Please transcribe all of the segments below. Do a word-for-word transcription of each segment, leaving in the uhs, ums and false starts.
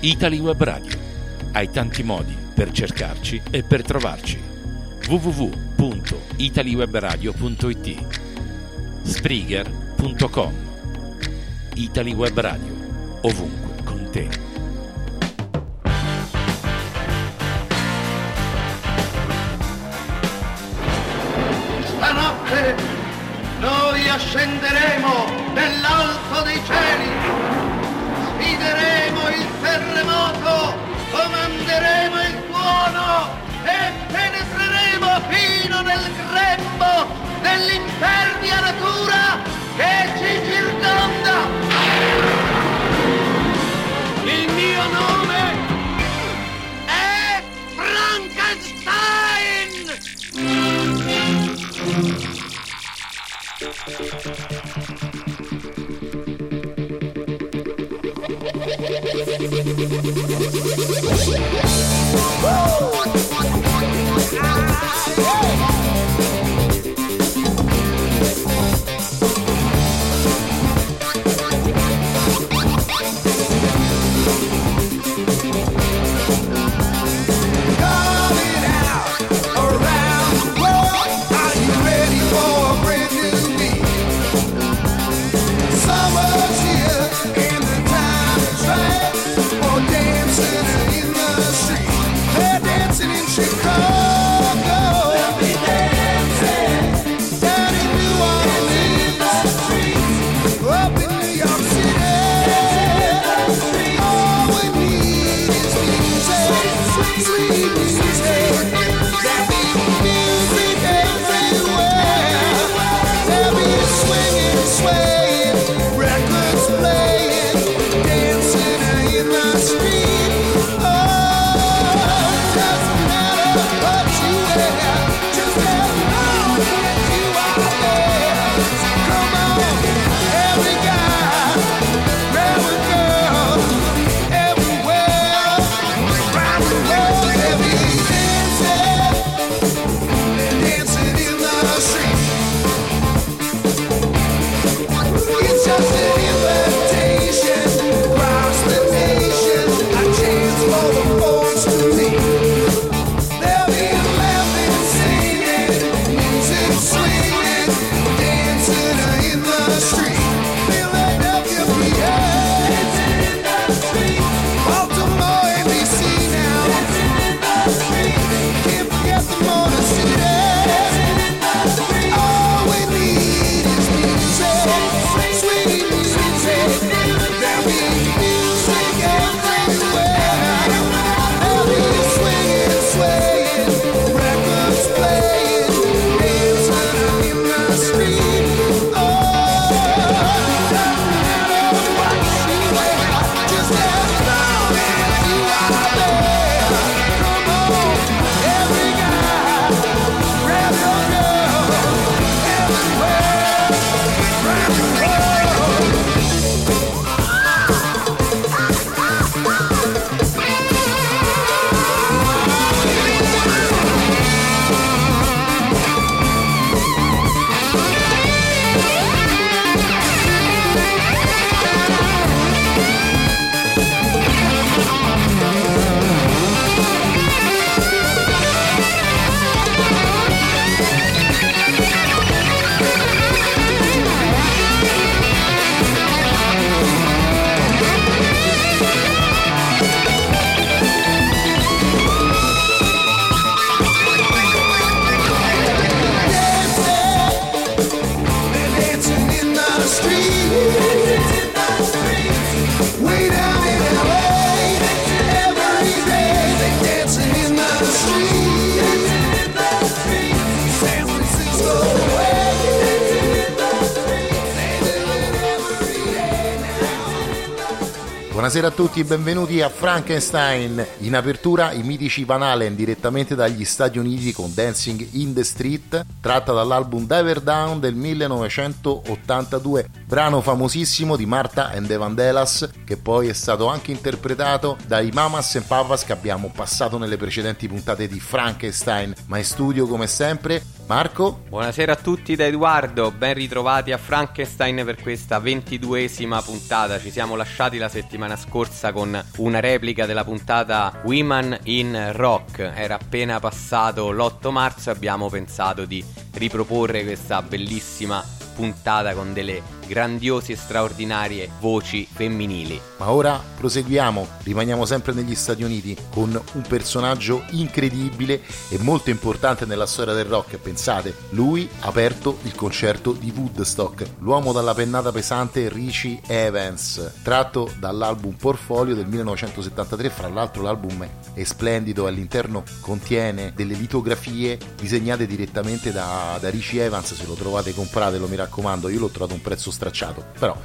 Italy Web Radio. Hai tanti modi per cercarci e per trovarci. w w w punto italywebradio punto i t, Spreaker punto com. Italy Web Radio, ovunque con te. Stanotte noi ascenderemo nell'alto dei cieli, sfideremo il terremoto, comanderemo il tuono e penetreremo fino nel grembo dell'impervia natura che ci circonda. Il mio nome è Frankenstein! Buonasera a tutti, benvenuti a Frankenstein. In apertura i mitici Van Halen direttamente dagli Stati Uniti con Dancing in the Street, tratta dall'album Diver Down del millenovecentottantadue, brano famosissimo di Martha and the Vandellas, che poi è stato anche interpretato dai Mamas and Papas che abbiamo passato nelle precedenti puntate di Frankenstein. Ma in studio come sempre Marco? Buonasera a tutti da Edoardo, ben ritrovati a Frankenstein per questa ventiduesima puntata. Ci siamo lasciati la settimana scorsa con una replica della puntata Women in Rock. Era appena passato l'otto marzo e abbiamo pensato di riproporre questa bellissima puntata con delle grandiose e straordinarie voci femminili. Ma ora proseguiamo, rimaniamo sempre negli Stati Uniti con un personaggio incredibile e molto importante nella storia del rock. Pensate, lui ha aperto il concerto di Woodstock, l'uomo dalla pennata pesante Richie Evans, tratto dall'album Portfolio del millenovecentosettantatré. Fra l'altro l'album è splendido, all'interno contiene delle litografie disegnate direttamente da, da Richie Evans. Se lo trovate compratelo, mi raccomando, io l'ho trovato a un prezzo stracciato, però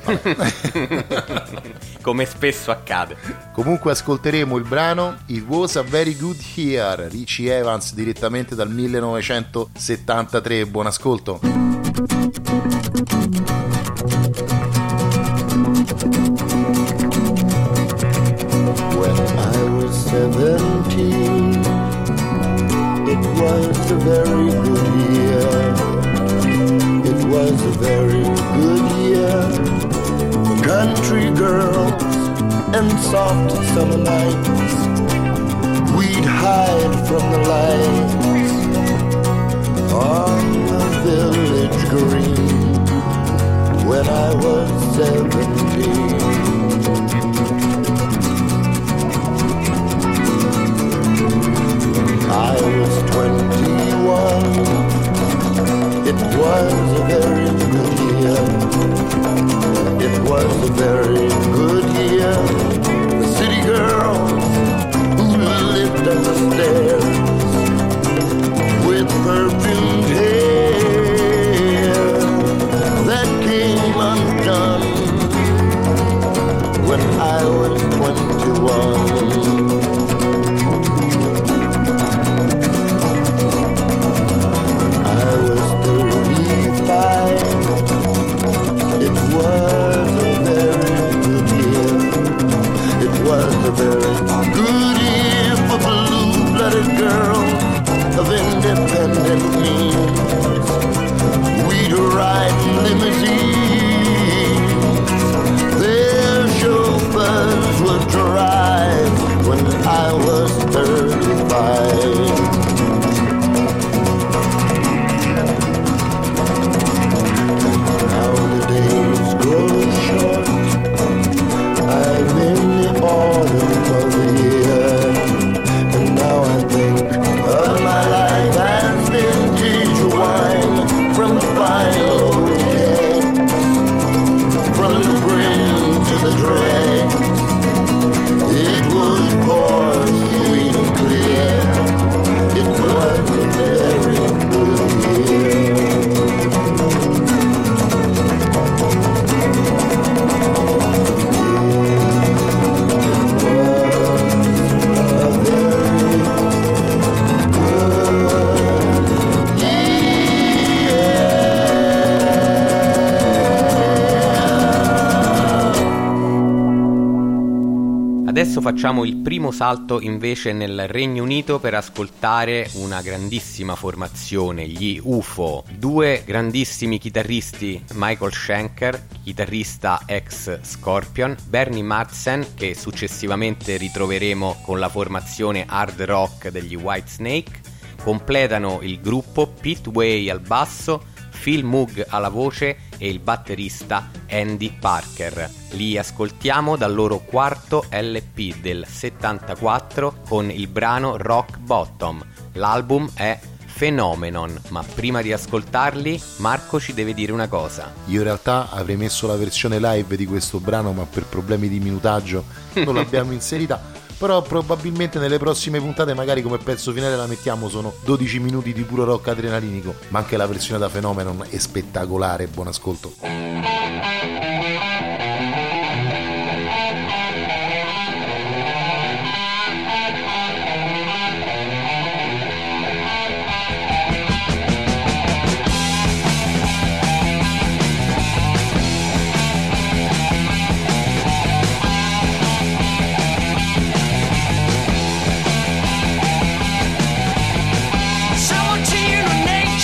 come spesso accade. Comunque ascolteremo il brano It Was a Very Good Year, Richie Evans, direttamente dal millenovecentosettantatré. Buon ascolto. When I was seventeen, it was a very good year. It was a very good year for country girls and soft summer nights. We'd hide from the lights on the village green when I was seventeen. I was twenty-one. It was a very good year. It was a very good year. The city girls who lived on the stairs with perfumed hair that came undone when I was twenty-one. It was a very good year. It was a very good year for blue-blooded girls of independent means. We'd ride in limousines. Their chauffeurs would drive when I was thirty-five. Adesso facciamo il primo salto invece nel Regno Unito per ascoltare una grandissima formazione, gli U F O, due grandissimi chitarristi, Michael Schenker, chitarrista ex Scorpion, Bernie Marsden, che successivamente ritroveremo con la formazione hard rock degli Whitesnake, completano il gruppo Pete Way al basso, Phil Moog alla voce e il batterista Andy Parker. Li ascoltiamo dal loro quarto L P del settantaquattro con il brano Rock Bottom. L'album è Phenomenon, ma prima di ascoltarli Marco ci deve dire una cosa. Io in realtà avrei messo la versione live di questo brano, ma per problemi di minutaggio non l'abbiamo inserita. Però probabilmente nelle prossime puntate magari come pezzo finale la mettiamo. Sono dodici minuti di puro rock adrenalinico, ma anche la versione da Phenomenon è spettacolare. Buon ascolto. Nature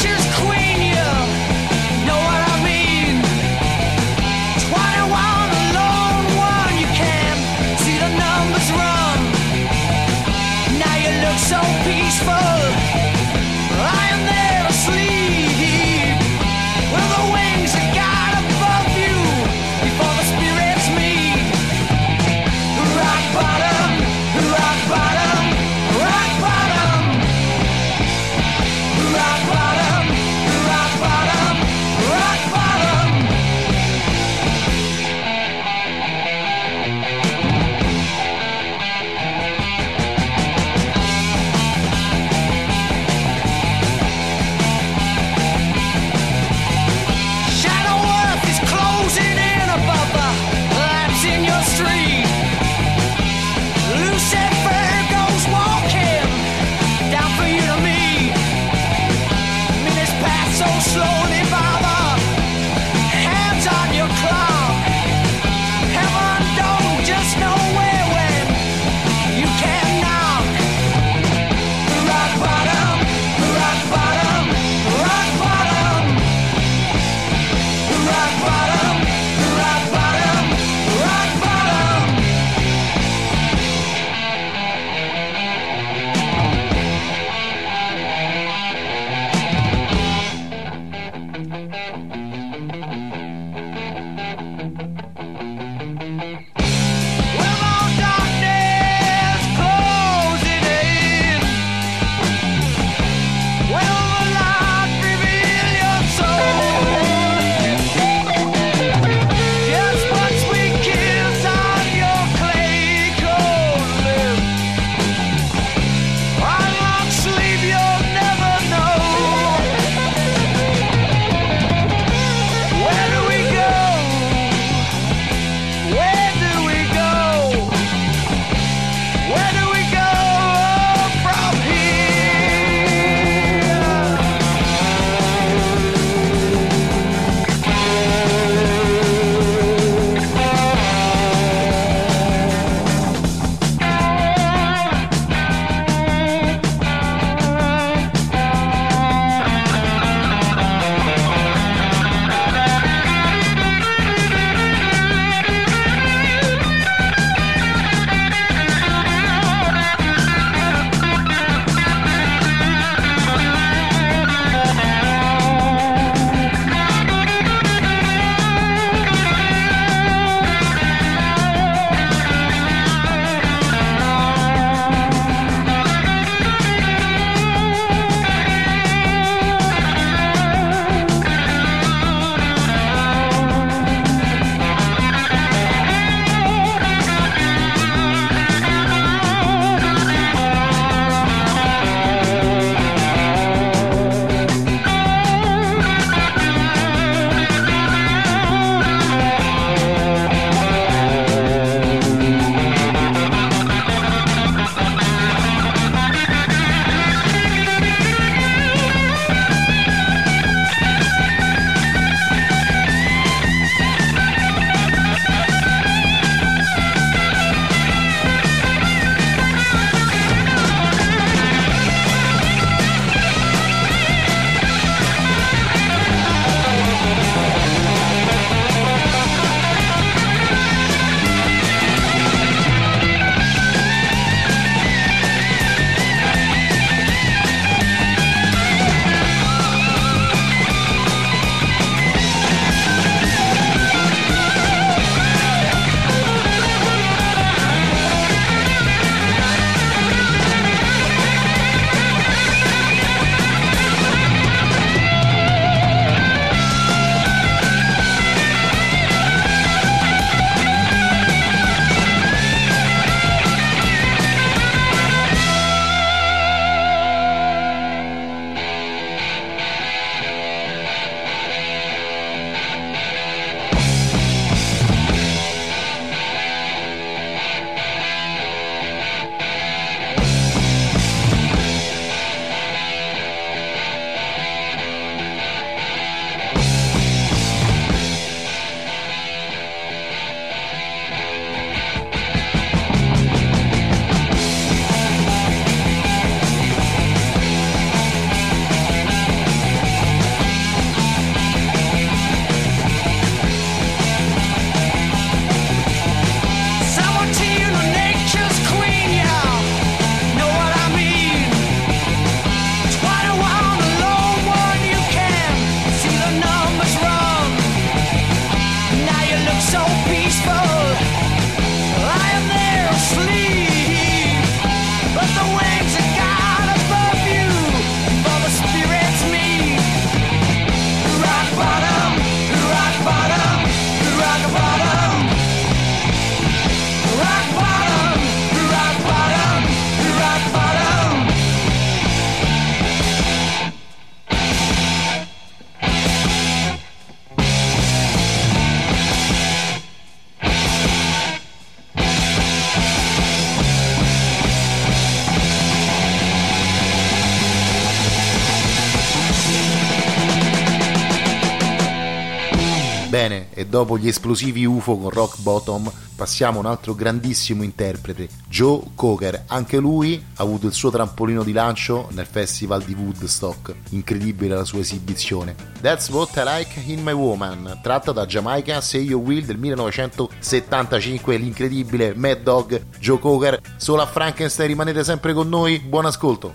dopo gli esplosivi U F O con Rock Bottom passiamo a un altro grandissimo interprete, Joe Cocker. Anche lui ha avuto il suo trampolino di lancio nel festival di Woodstock, incredibile la sua esibizione. That's What I Like in My Woman, tratta da Jamaica Say You Will del millenovecentosettantacinque, l'incredibile Mad Dog Joe Cocker. Solo a Frankenstein, rimanete sempre con noi, buon ascolto.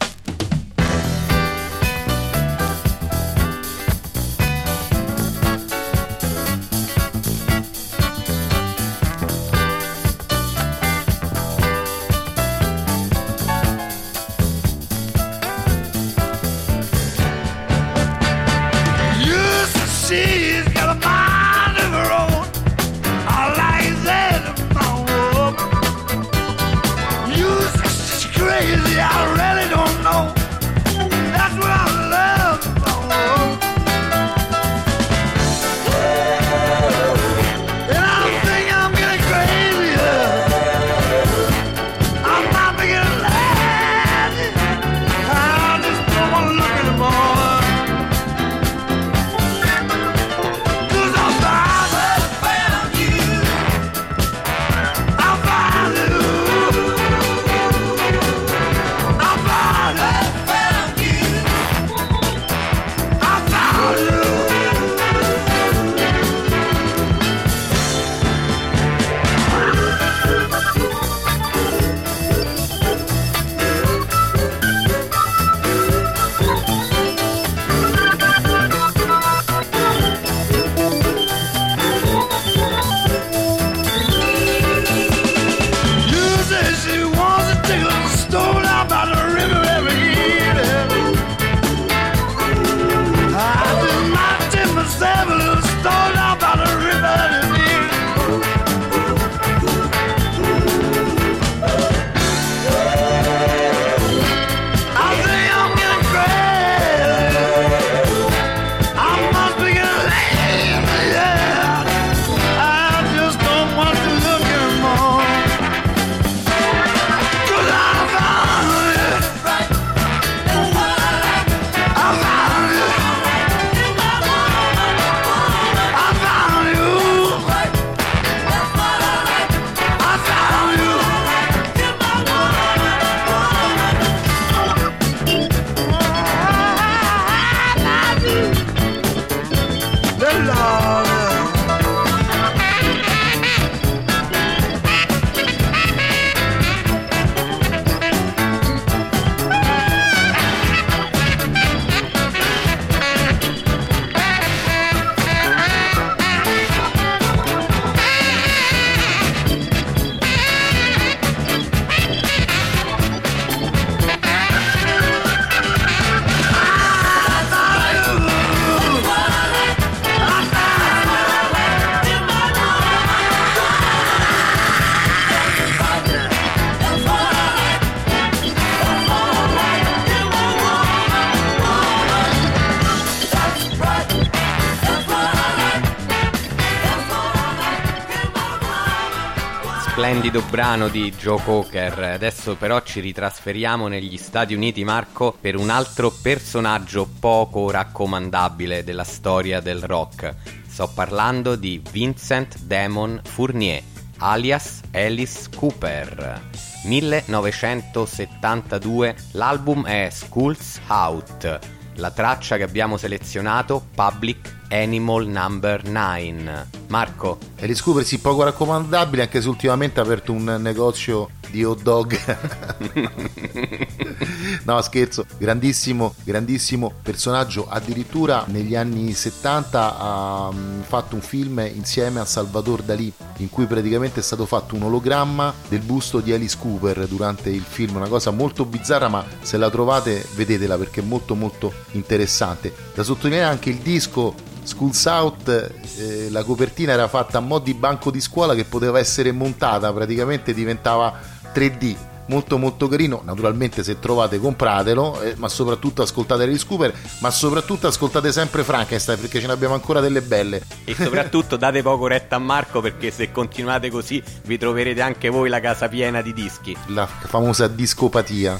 She's got a mind of her own. I like that about her. You say she's crazy, I really don't know. That's what I love about her. And I think I'm getting crazy. I'm not getting lazy. I just don't want to look anymore. Splendido brano di Joe Cocker. Adesso però ci ritrasferiamo negli Stati Uniti, Marco, per un altro personaggio poco raccomandabile della storia del rock. Sto parlando di Vincent Damon Fournier, alias Alice Cooper. millenovecentosettantadue, l'album è Schools Out. La traccia che abbiamo selezionato, Public Animal number nine. Marco? Alice Cooper, sì, poco raccomandabile, anche se ultimamente ha aperto un negozio di hot dog. No, scherzo, grandissimo, grandissimo personaggio. Addirittura negli anni settanta ha fatto un film insieme a Salvador Dalì, in cui praticamente è stato fatto un ologramma del busto di Alice Cooper durante il film. Una cosa molto bizzarra, ma se la trovate vedetela perché è molto molto interessante. Da sottolineare anche il disco Schools Out, eh, la copertina era fatta a mo' di banco di scuola che poteva essere montata, praticamente diventava tre D, molto molto carino. Naturalmente se trovate compratelo, eh, ma soprattutto ascoltate Alice Cooper, ma soprattutto ascoltate sempre Frankenstein, perché ce ne abbiamo ancora delle belle. E soprattutto date poco retta a Marco, perché se continuate così vi troverete anche voi la casa piena di dischi. La famosa discopatia.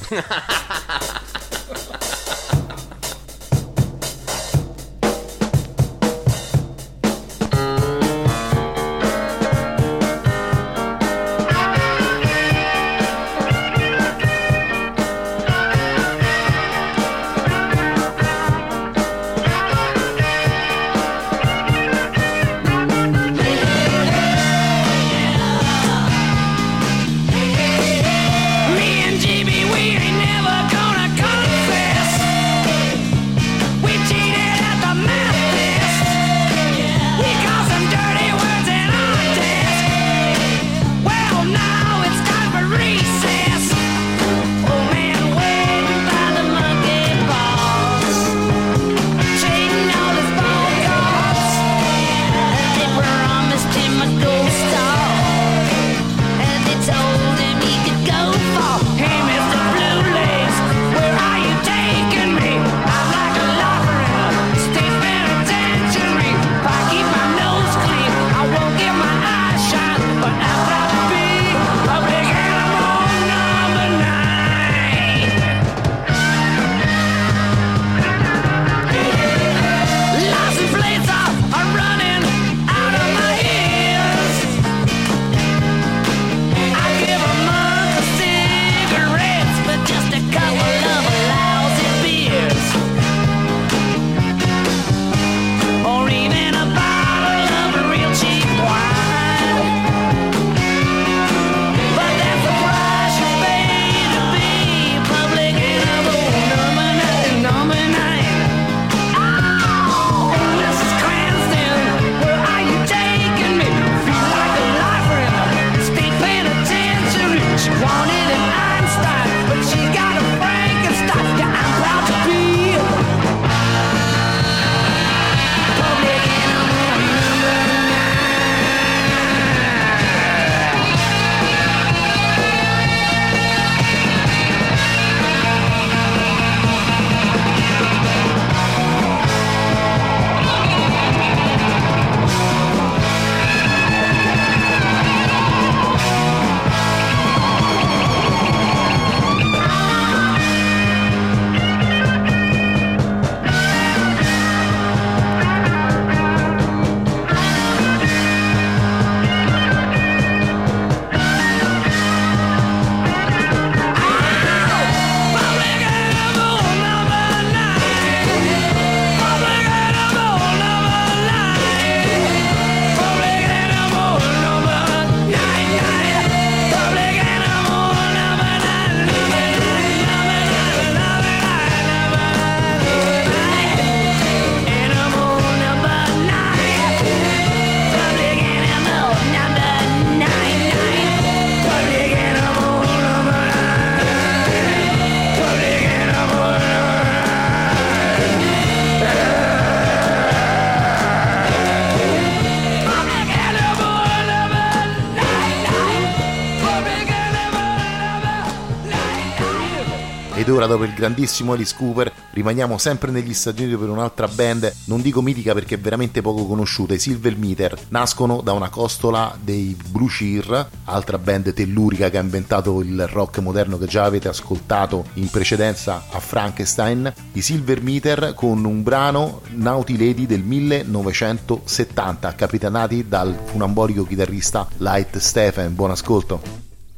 Ed ora, dopo il grandissimo Alice Cooper, rimaniamo sempre negli Stati Uniti per un'altra band, non dico mitica perché è veramente poco conosciuta. I Silver Meter nascono da una costola dei Blue Cheer, altra band tellurica che ha inventato il rock moderno che già avete ascoltato in precedenza a Frankenstein. I Silver Meter con un brano, Naughty Lady, del millenovecentosettanta, capitanati dal funambolico chitarrista Light Stephen. Buon ascolto.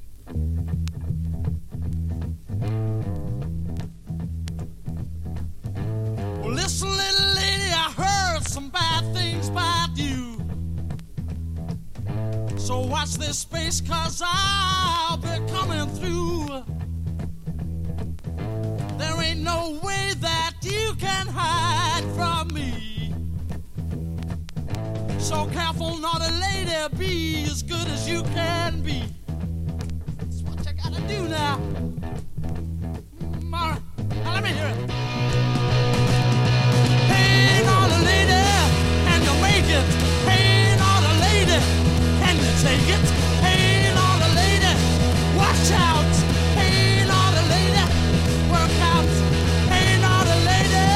Listen, little lady, I heard some bad things about you. So watch this space, cause I'll be coming through. There ain't no way that you can hide from me. So careful, naughty lady, be as good as you can be. That's what you gotta do now. Mm, all right, now let me hear it. Hey, naughty lady, can you make it? Hey, naughty lady, can you take it? Hey, naughty lady, watch out. Hey, naughty lady, work out. Hey, naughty lady,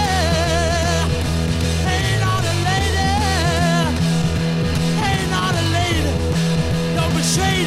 hey, naughty lady, hey, naughty lady, don't be ashamed.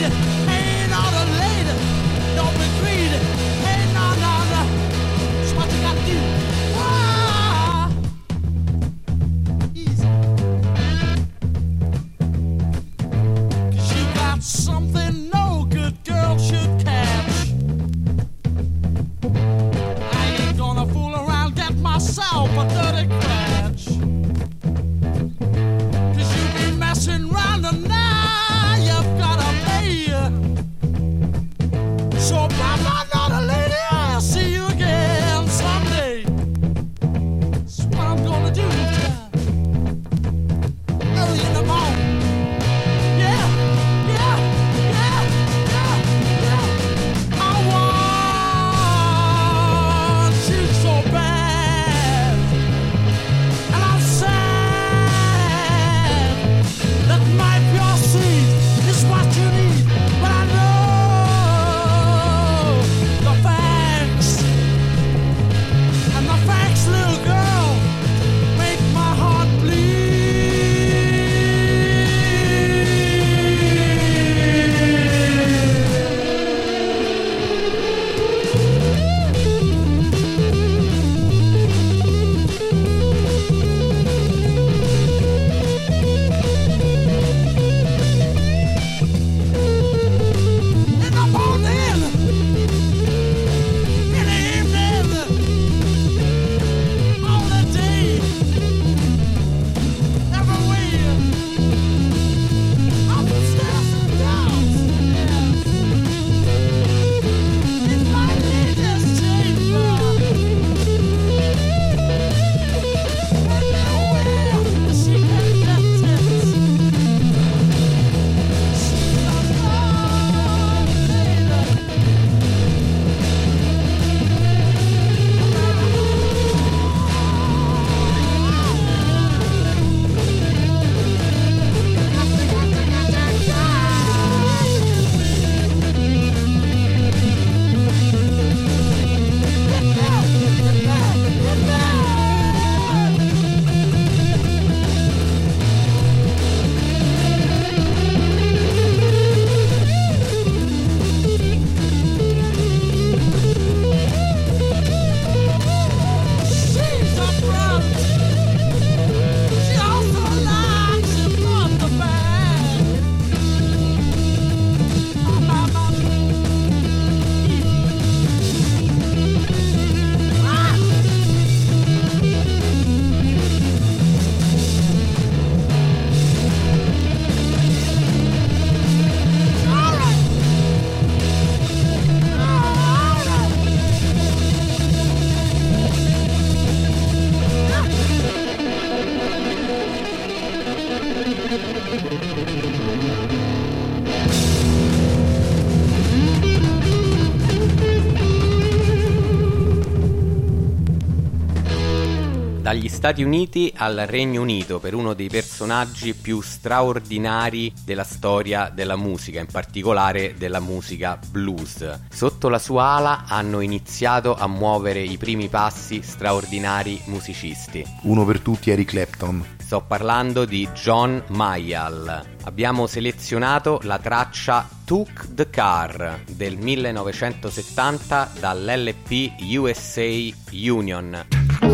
dagli Stati Uniti al Regno Unito per uno dei personaggi più straordinari della storia della musica, in particolare della musica blues. Sotto la sua ala hanno iniziato a muovere i primi passi straordinari musicisti. Uno per tutti, Eric Clapton. Sto parlando di John Mayall. Abbiamo selezionato la traccia Took the Car del millenovecentosettanta dall'L P U S A Union.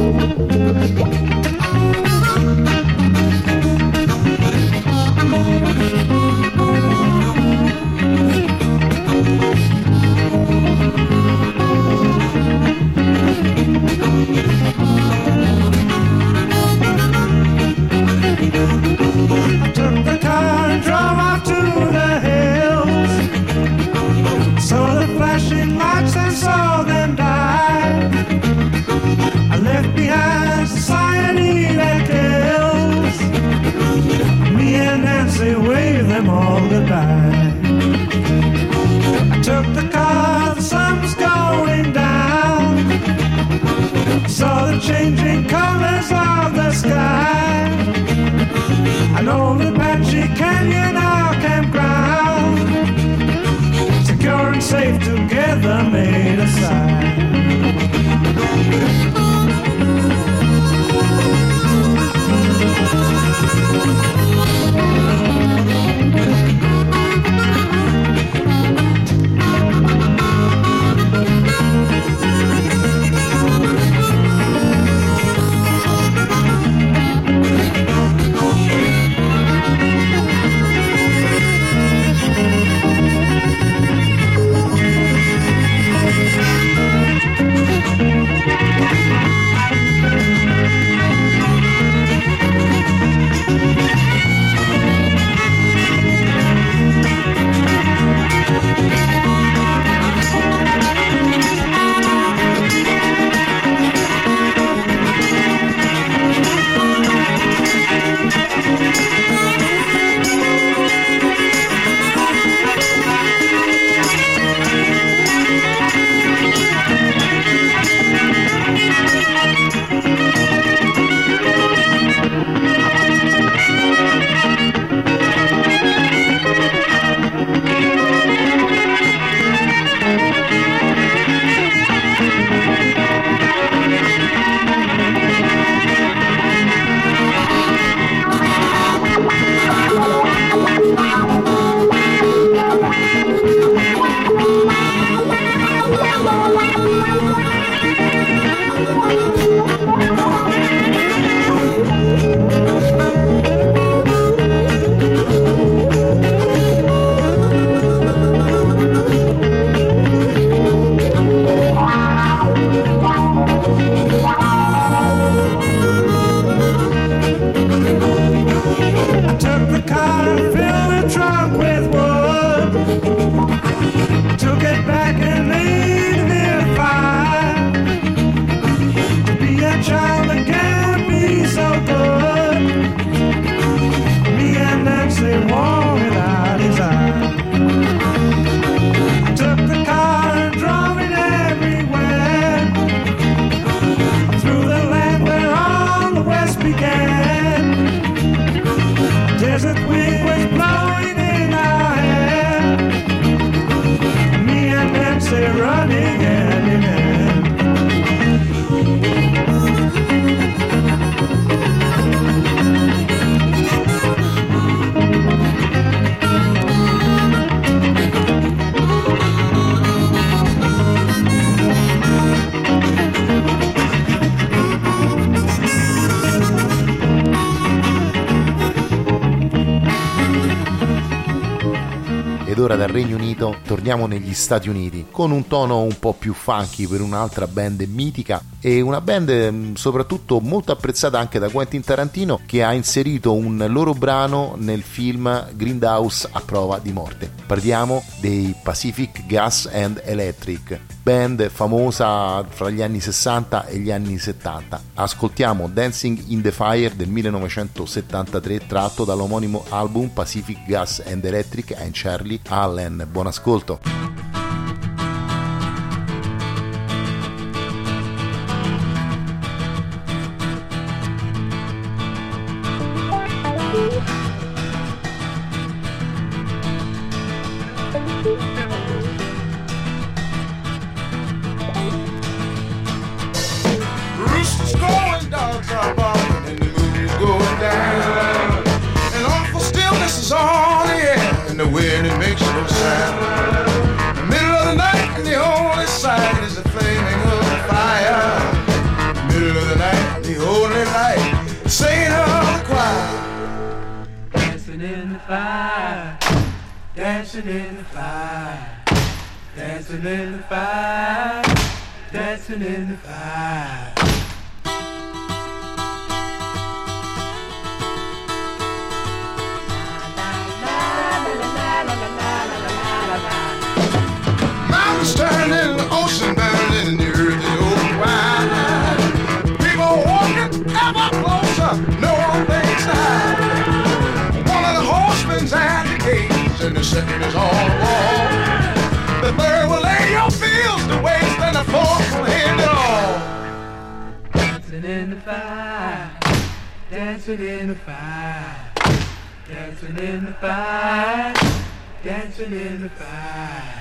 Changing colors of the sky, an old Apache Canyon, our campground, secure and safe together made aside. Ora dal Regno Unito torniamo negli Stati Uniti con un tono un po' più funky per un'altra band mitica e una band soprattutto molto apprezzata anche da Quentin Tarantino, che ha inserito un loro brano nel film Grindhouse a prova di morte. Parliamo dei Pacific Gas and Electric, band famosa fra gli anni sessanta e gli anni settanta. Ascoltiamo Dancing in the Fire del millenovecentosettantatré, tratto dall'omonimo album Pacific Gas and Electric and Charlie Allen. Buon ascolto. fire, dancing in the fire, dancing in the fire, dancing in the fire. Mountains turning, the ocean burning, and the earth is open wide. People walking ever closer, no place to hide. One of the horsemen's at the gates, and the second is on the wall. The third will lay your fields to waste, and the fourth will end it all. Dancing in the fire, dancing in the fire, dancing in the fire, dancing in the fire.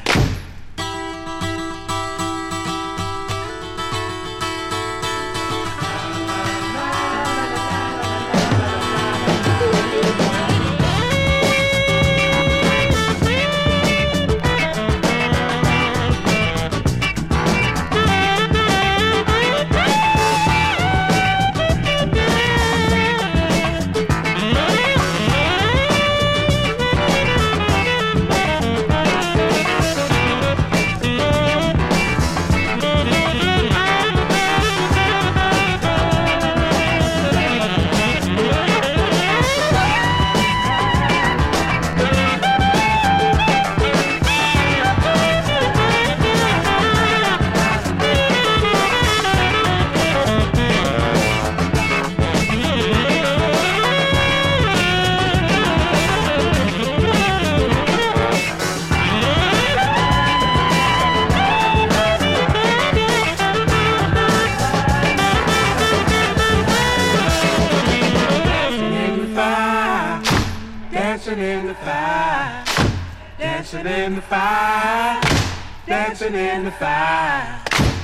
Dancing in the fire, dancing in the fire, dancing in the fire.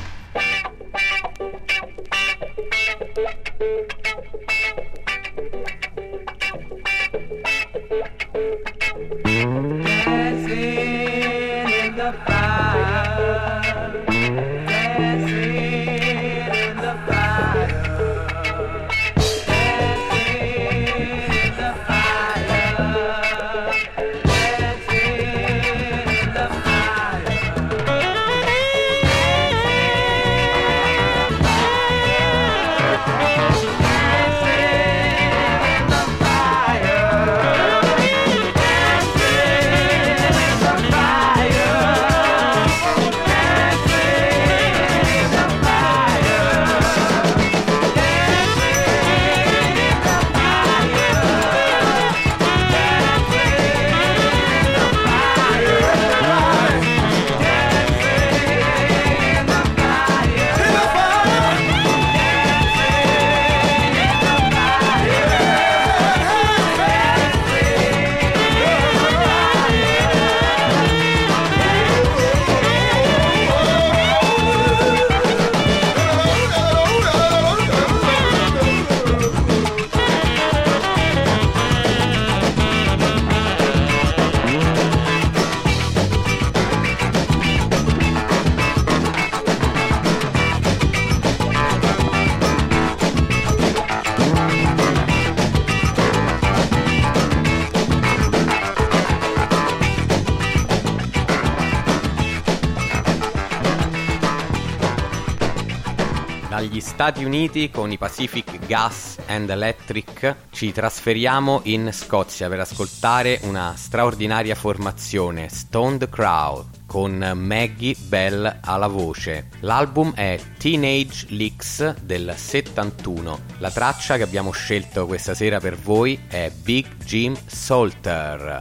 Dagli Stati Uniti con i Pacific Gas and Electric ci trasferiamo in Scozia per ascoltare una straordinaria formazione, Stoned Crow, con Maggie Bell alla voce. L'album è Teenage Licks del settantuno. La traccia che abbiamo scelto questa sera per voi è Big Jim Salter.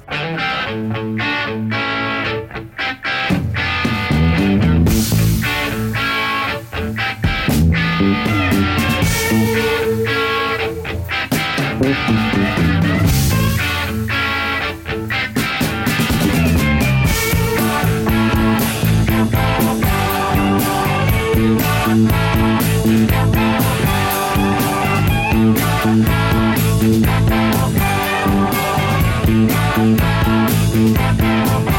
Thank you.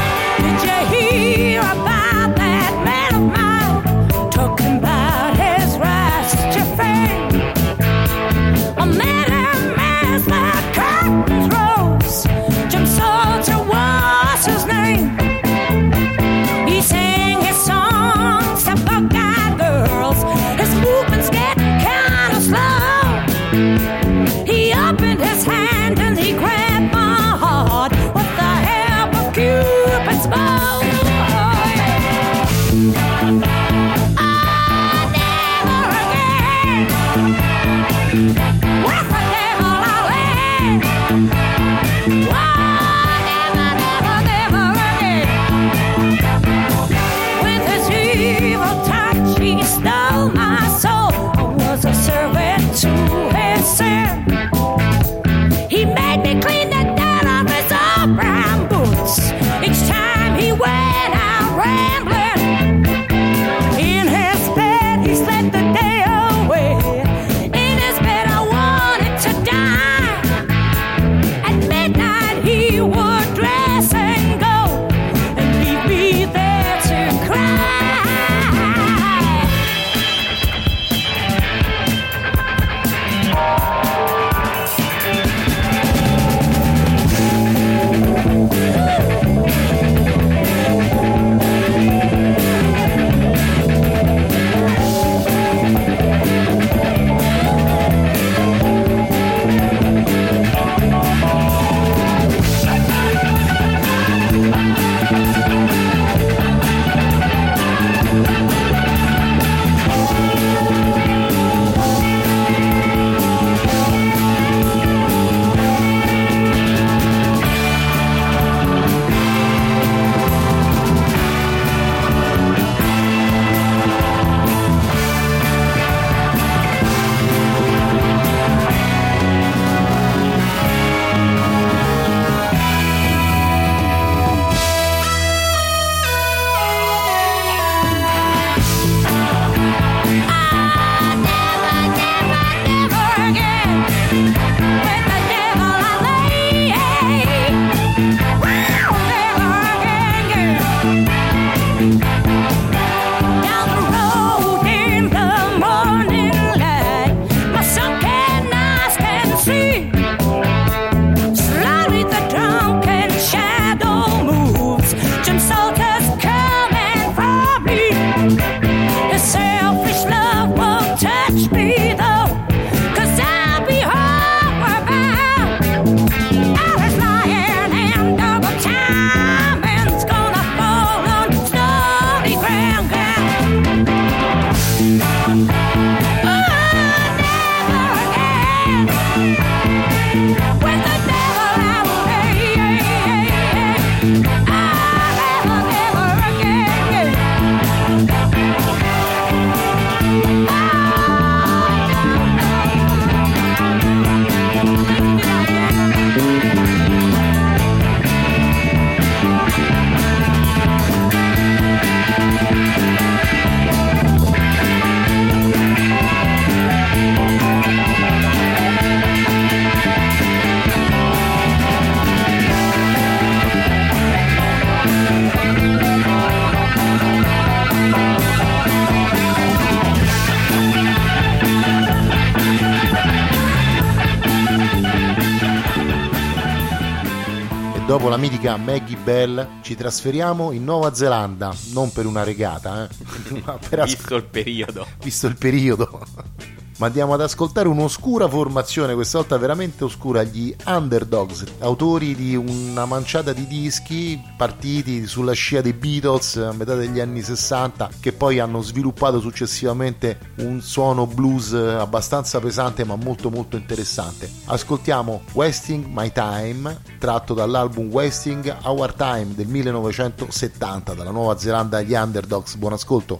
Dopo la mitica Maggie Bell ci trasferiamo in Nuova Zelanda, non per una regata, eh? Ma per as- Visto il periodo. Visto il periodo. Ma andiamo ad ascoltare un'oscura formazione, questa volta veramente oscura, gli Underdogs, autori di una manciata di dischi partiti sulla scia dei Beatles a metà degli anni sessanta, che poi hanno sviluppato successivamente un suono blues abbastanza pesante ma molto molto interessante. Ascoltiamo Wasting My Time, tratto dall'album Wasting Our Time del millenovecentosettanta, dalla Nuova Zelanda, gli Underdogs. Buon ascolto.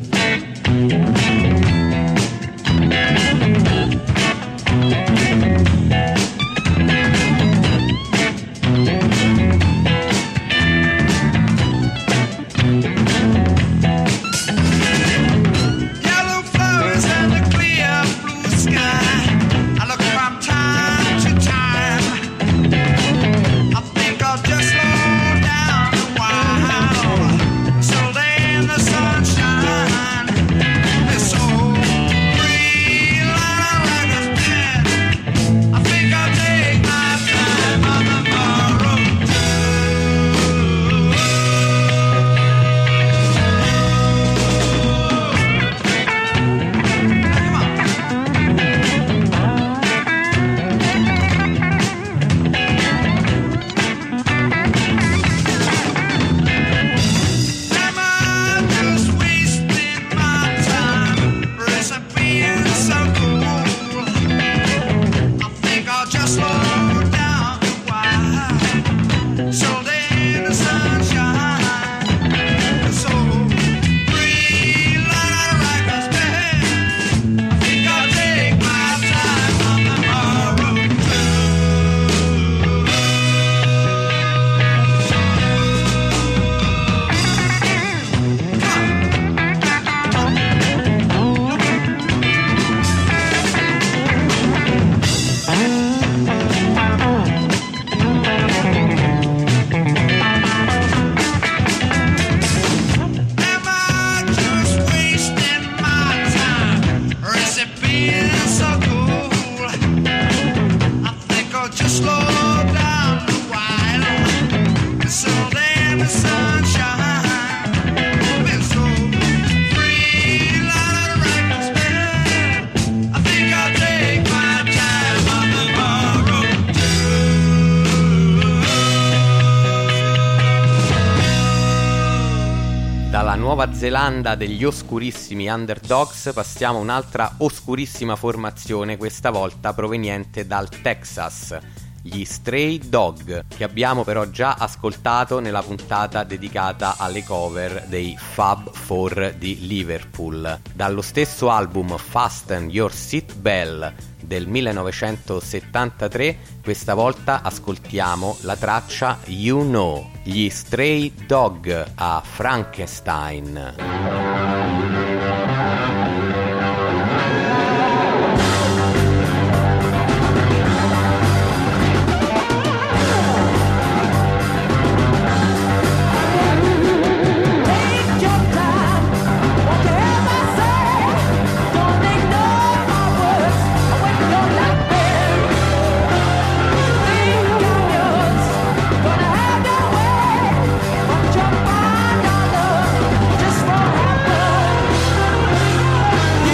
Nuova Zelanda degli oscurissimi Underdogs passiamo a un'altra oscurissima formazione, questa volta proveniente dal Texas, gli Stray Dog, che abbiamo però già ascoltato nella puntata dedicata alle cover dei Fab Four di Liverpool. Dallo stesso album Fasten Your Seat Bell del millenovecentosettantatré, questa volta ascoltiamo la traccia You Know, gli Stray Dog a Frankenstein. Just for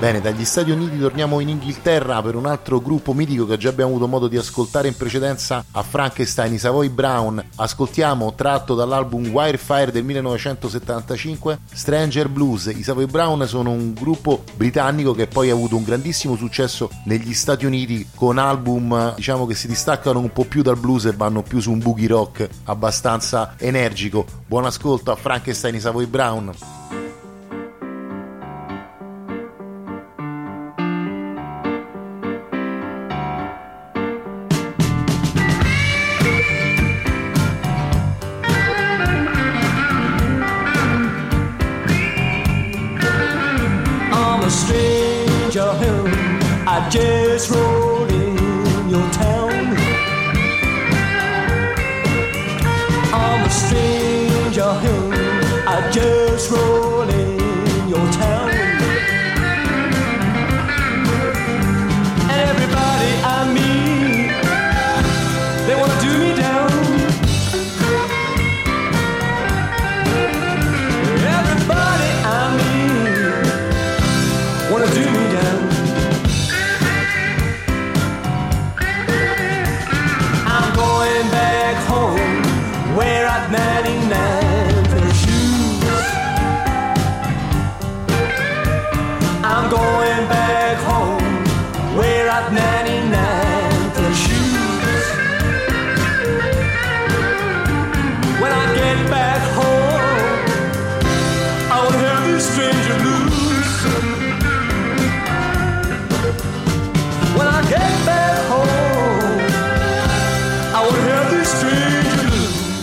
Bene, dagli Stati Uniti torniamo in Inghilterra per un altro gruppo mitico che già abbiamo avuto modo di ascoltare in precedenza a Frankenstein, i Savoy Brown. Ascoltiamo, tratto dall'album Wirefire del millenovecentosettantacinque, Stranger Blues. I Savoy Brown sono un gruppo britannico che poi ha avuto un grandissimo successo negli Stati Uniti con album, diciamo, che si distaccano un po' più dal blues e vanno più su un boogie rock abbastanza energico. Buon ascolto a Frankenstein, i Savoy Brown. Just rolled in your town. I'm a stranger who I just rolled in your town. And everybody I meet, they wanna do me down. Everybody I meet wanna do me down. ninety-nine for the shoes. I'm going back home, wear out ninety-nine for the shoes. When I get back home, I will have these stranger blues. When I get back home, I will have these stranger blues.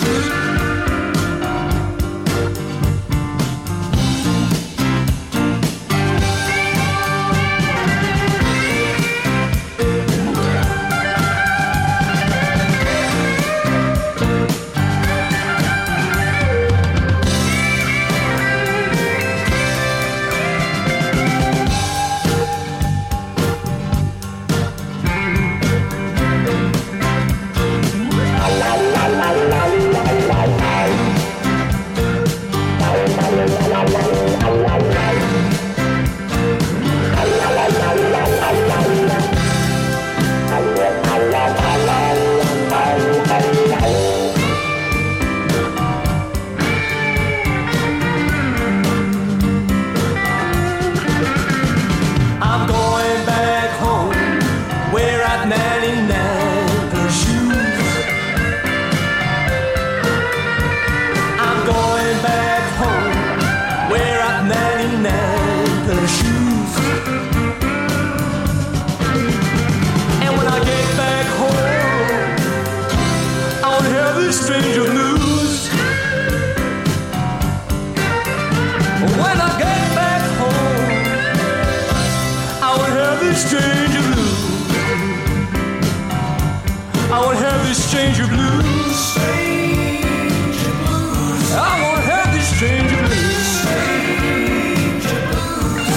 Stranger blues, stranger blues. I won't have these stranger blues, stranger blues,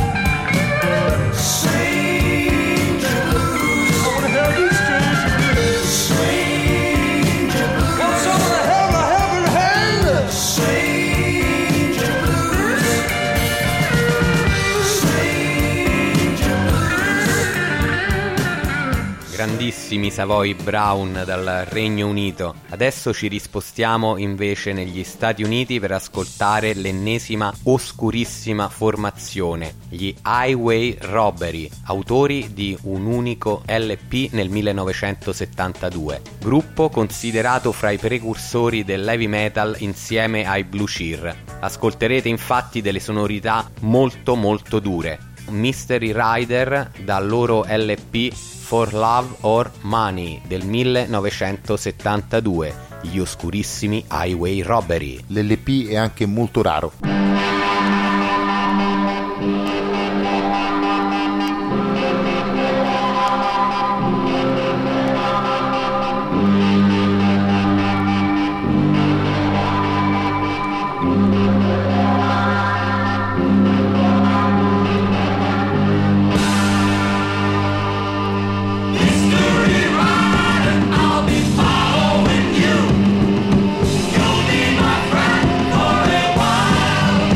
stranger blues. I won't have these stranger blues, stranger blues. Want someone to have a helping hand, stranger blues, stranger blues. Grandissimi Savoy Brown dal Regno Unito. Adesso ci rispostiamo invece negli Stati Uniti per ascoltare l'ennesima oscurissima formazione, gli Highway Robbery, autori di un unico L P nel millenovecentosettantadue, gruppo considerato fra i precursori dell'heavy metal insieme ai Blue Cheer. Ascolterete infatti delle sonorità molto molto dure. Mystery Rider dal loro L P For Love or Money del millenovecentosettantadue, gli oscurissimi Highway Robbery. L'L P è anche molto raro. You'll be my friend for a while.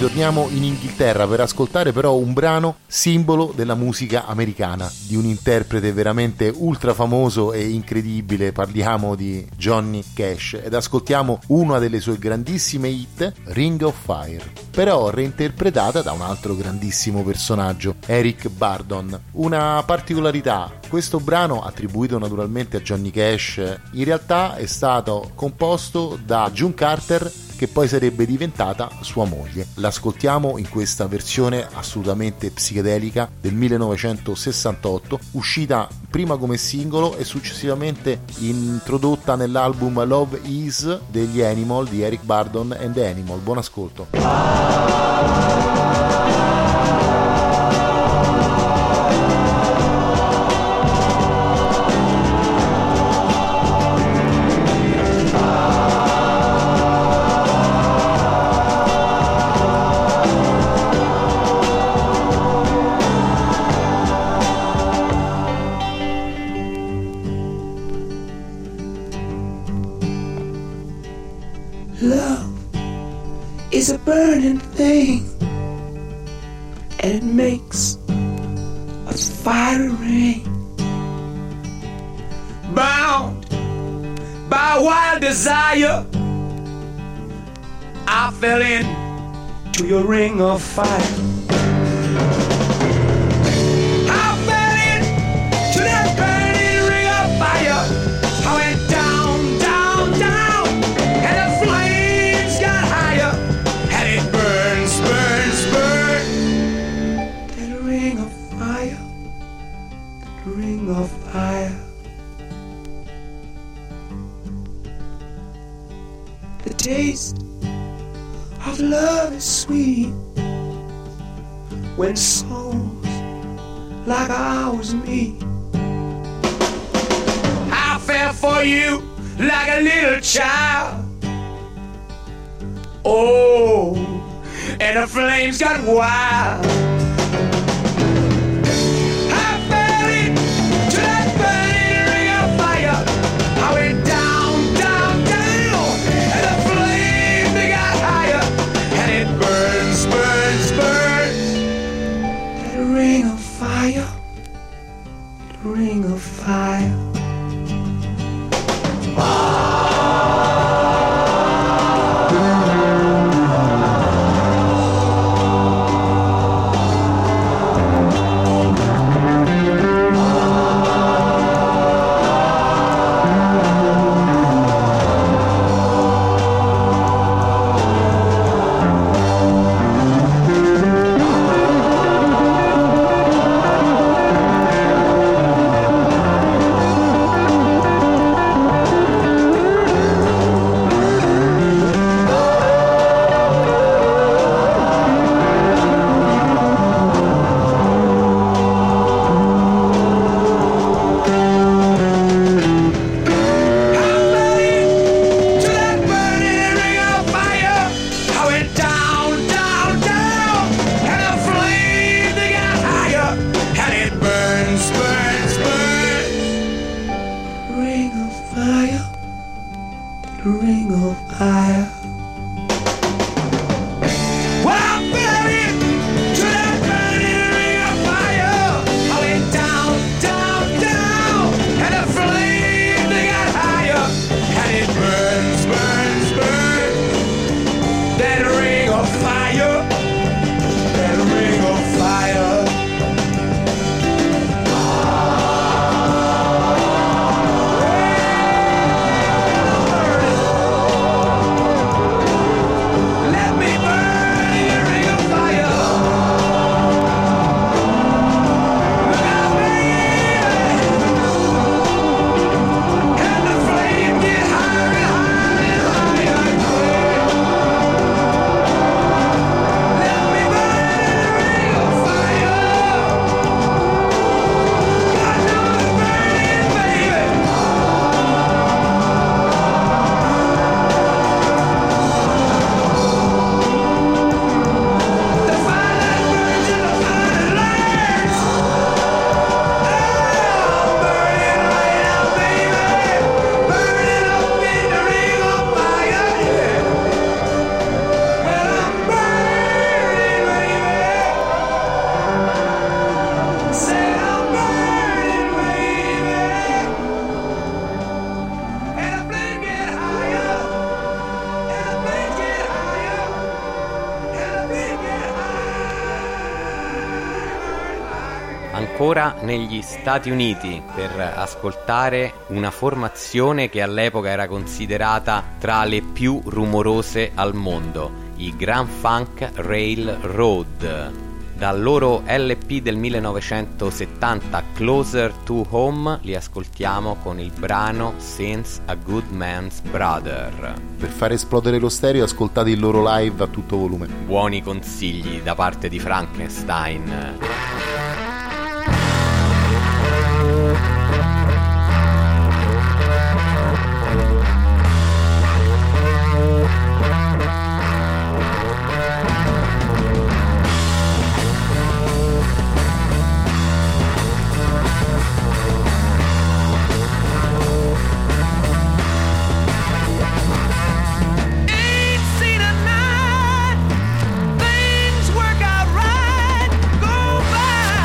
ritorniamo in Inghilterra per ascoltare però un brano simbolo della musica americana, di un interprete veramente ultra famoso e incredibile. Parliamo di Johnny Cash ed ascoltiamo una delle sue grandissime hit, Ring of Fire, però reinterpretata da un altro grandissimo personaggio, Eric Burdon. Una particolarità: questo brano, attribuito naturalmente a Johnny Cash, in realtà è stato composto da June Carter, che poi sarebbe diventata sua moglie. L'ascoltiamo in questa versione assolutamente psichedelica del millenovecentosessantotto, uscita prima come singolo e successivamente introdotta nell'album Love Is degli Animal, di Eric Burdon and the Animal. Buon ascolto. It's a burning thing, and it makes us fire ring. Bound by wild desire, I fell into your ring of fire. I fell into that burning ring of fire. I went down, down, down, and the flames got higher. Burns, burns, burns. That ring of fire, that ring of fire. The taste of love is sweet when souls like ours meet. I fell for you like a little child. Oh, and the flames got wild. I fell into that burning ring of fire. I went down, down, down, and the flames they got higher. And it burns, burns, burns. That ring of fire, the ring of fire. ancora negli Stati Uniti per ascoltare una formazione che all'epoca era considerata tra le più rumorose al mondo, i Grand Funk Railroad. Dal loro L P del millenovecentosettanta Closer to Home li ascoltiamo con il brano Since a Good Man's Brother. Per far esplodere lo stereo ascoltate il loro live a tutto volume. Buoni consigli da parte di Frankenstein. Things work out right. Go by.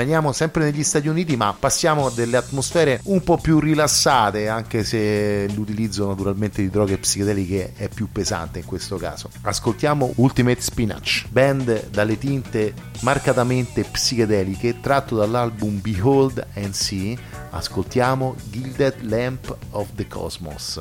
rimaniamo sempre negli Stati Uniti, ma passiamo a delle atmosfere un po' più rilassate, anche se l'utilizzo naturalmente di droghe psichedeliche è più pesante in questo caso. Ascoltiamo Ultimate Spinach, band dalle tinte marcatamente psichedeliche, tratto dall'album Behold and See. Ascoltiamo Gilded Lamp of the Cosmos.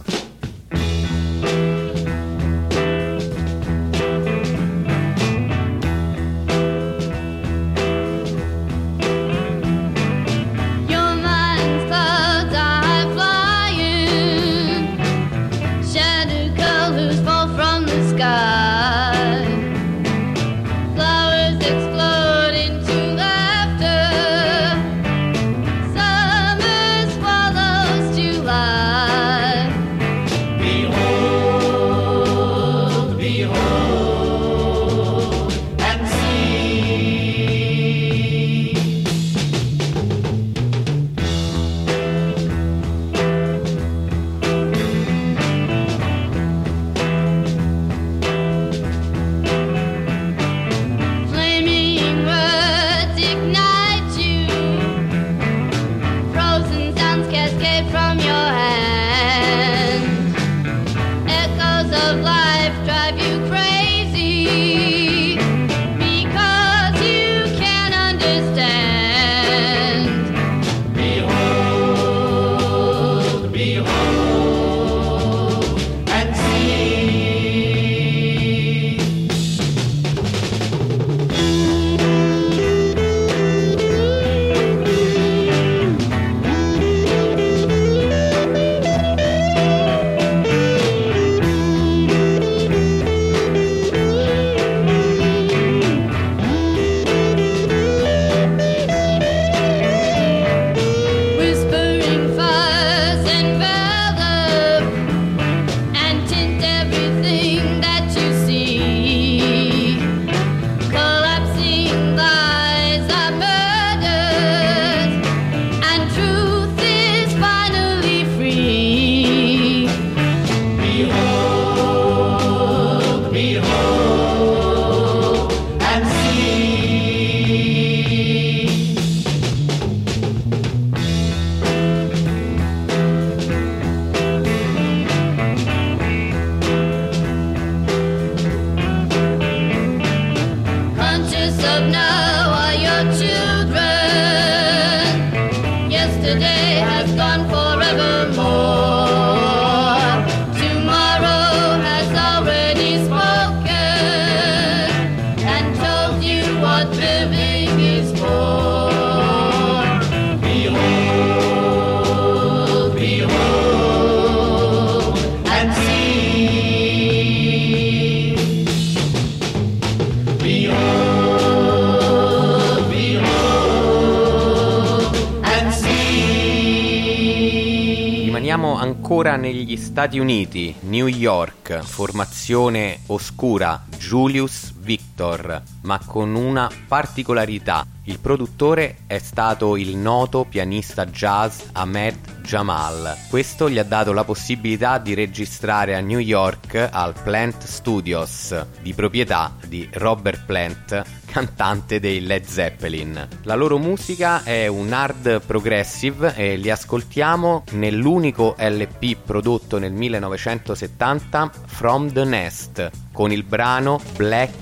Ancora negli Stati Uniti, New York, formazione oscura Julius Victor, ma con una particolarità. Il produttore è stato il noto pianista jazz Ahmed Jamal. Questo gli ha dato la possibilità di registrare a New York al Plant Studios, di proprietà di Robert Plant, cantante dei Led Zeppelin. La loro musica è un hard progressive e li ascoltiamo nell'unico L P prodotto nel millenovecentosettanta, From the Nest, con il brano Black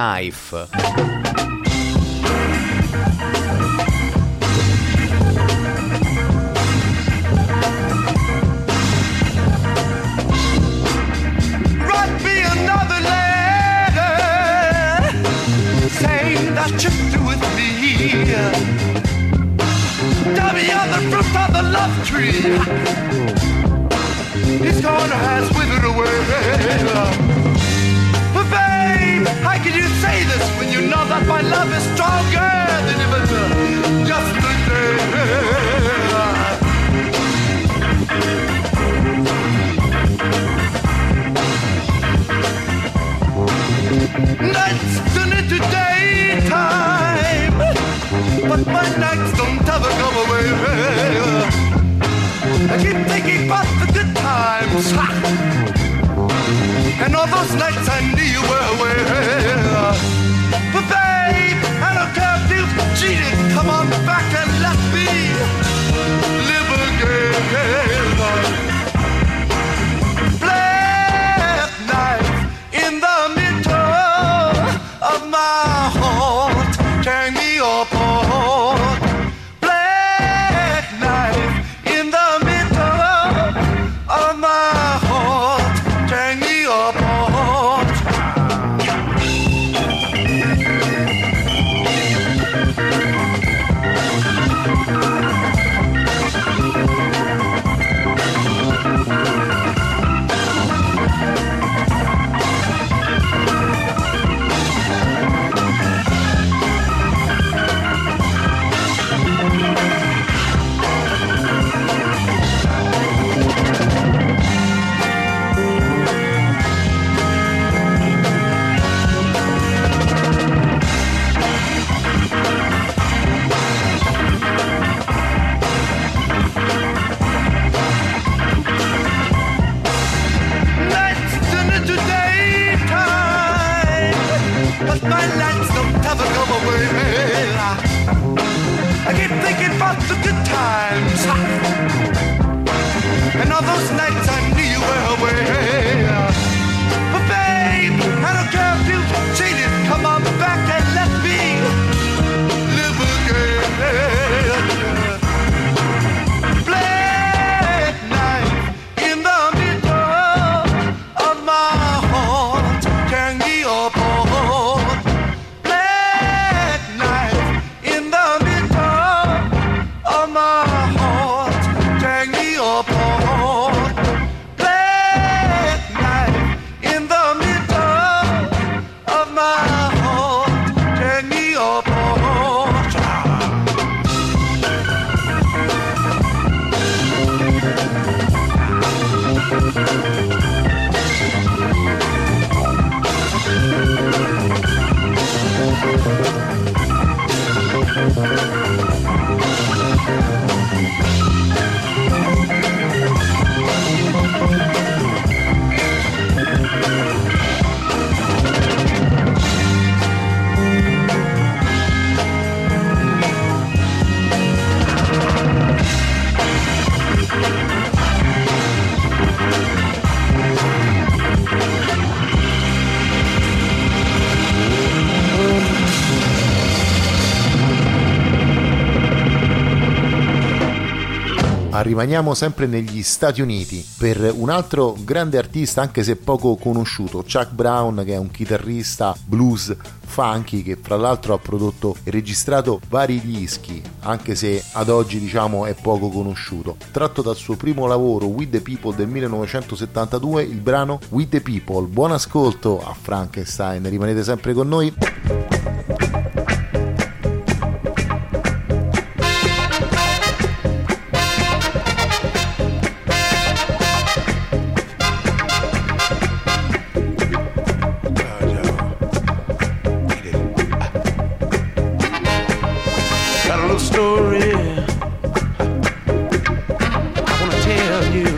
Knife. That you're through with me. Tell me you're the fruit of the love tree. His corner has withered away. But babe, how can you say this when you know that my love is stronger than even yesterday? Nights turn into daytime, but my nights don't ever go away. I keep thinking about the good times, and all those nights I knew you were away. But babe, I don't care if you've cheated, come on back. good times. And all those nights I knew you were away. But babe, I don't care if you cheated. Come on back and let me live again. Black night in the middle of my heart, tearing me apart. Black night in the middle of my heart, tearing me apart. Black night in the middle of my heart, tearing me apart. Ma rimaniamo sempre negli Stati Uniti per un altro grande artista, anche se poco conosciuto, Chuck Brown, che è un chitarrista blues funky che fra l'altro ha prodotto e registrato vari dischi, anche se ad oggi diciamo è poco conosciuto. Tratto dal suo primo lavoro With the People del millenovecentosettantadue, il brano With the People. Buon ascolto a Frankenstein, rimanete sempre con noi. Story I wanna tell you.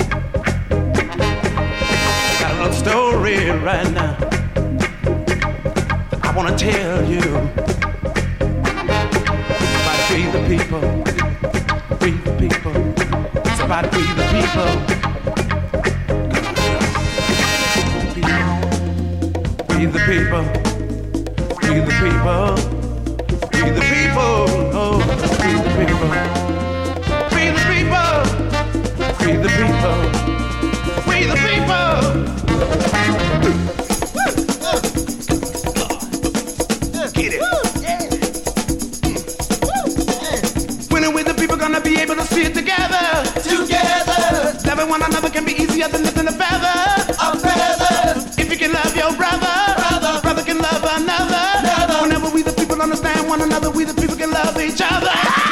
Got a little story right now that I wanna tell you about we the people, we the people. It's about we the people. We the people, we the people. We the people, oh, we the people. We the people, we the people. We the people. Get it. When are we the people gonna be able to sit together? Together. Loving one another can be easier than lifting a feather. A feather. If you can love your brother, brother, brother can love another. Brother. Whenever we the people understand one another, we the people can love each other.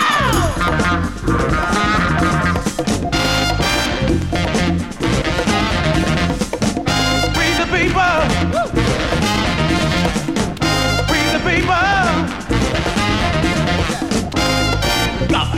We the people. We the people. God.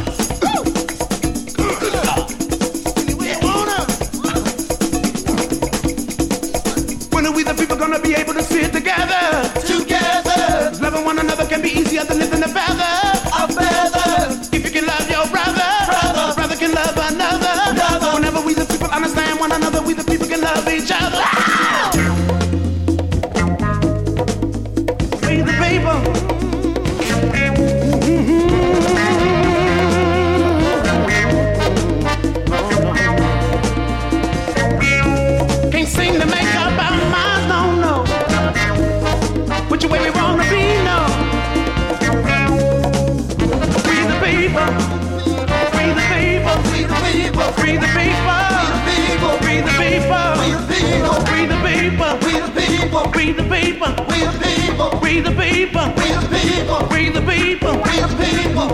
When are we the people gonna be able to sit together? Together. Loving one another can be easier than lifting a feather. A feather. If you can love your brother, brother, brother can love another. Brother. Whenever we the people understand one another, we the people can love each other. We the people. Can't seem to make up our minds, no, no. Which way we wanna be, no. We the people, we the people, we the people, we the people, we the people, we the people, we the people, we the people, we the people, we the people, we the people, we the people, we the people, we the people.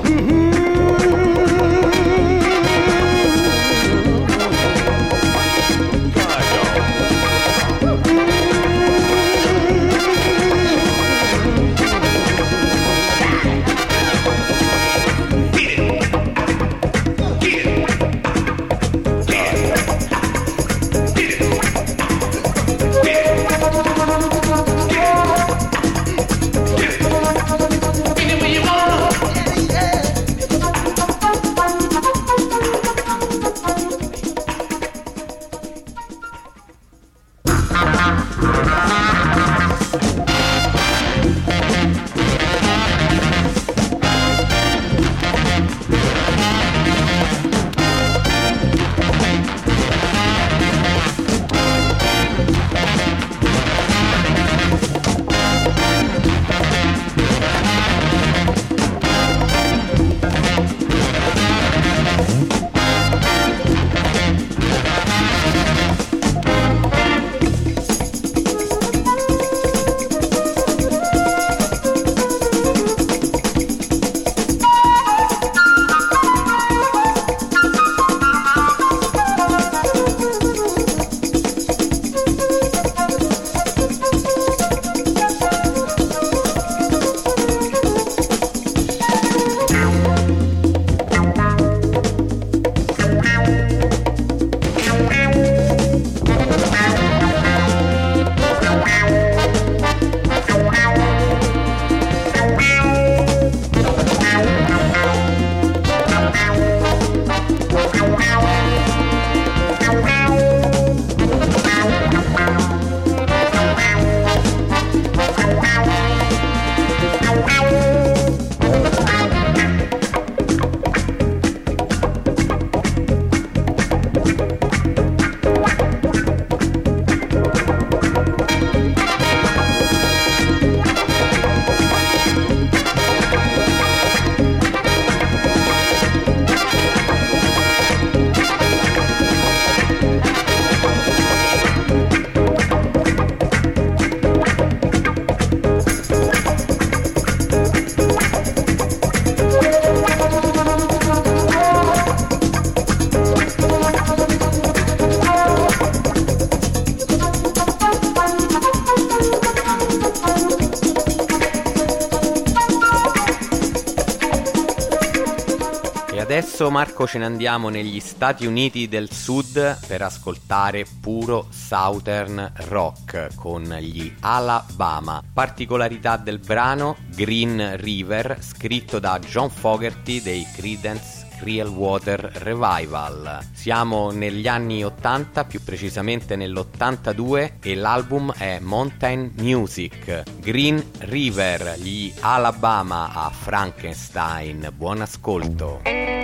Anywhere you want. Adesso, Marco, ce ne andiamo negli Stati Uniti del Sud per ascoltare puro Southern Rock con gli Alabama. Particolarità del brano: Green River, scritto da John Fogerty dei Creedence Clearwater Revival. Siamo negli anni ottanta, più precisamente nell'ottantadue, e l'album è Mountain Music. Green River, gli Alabama a Frankenstein. Buon ascolto.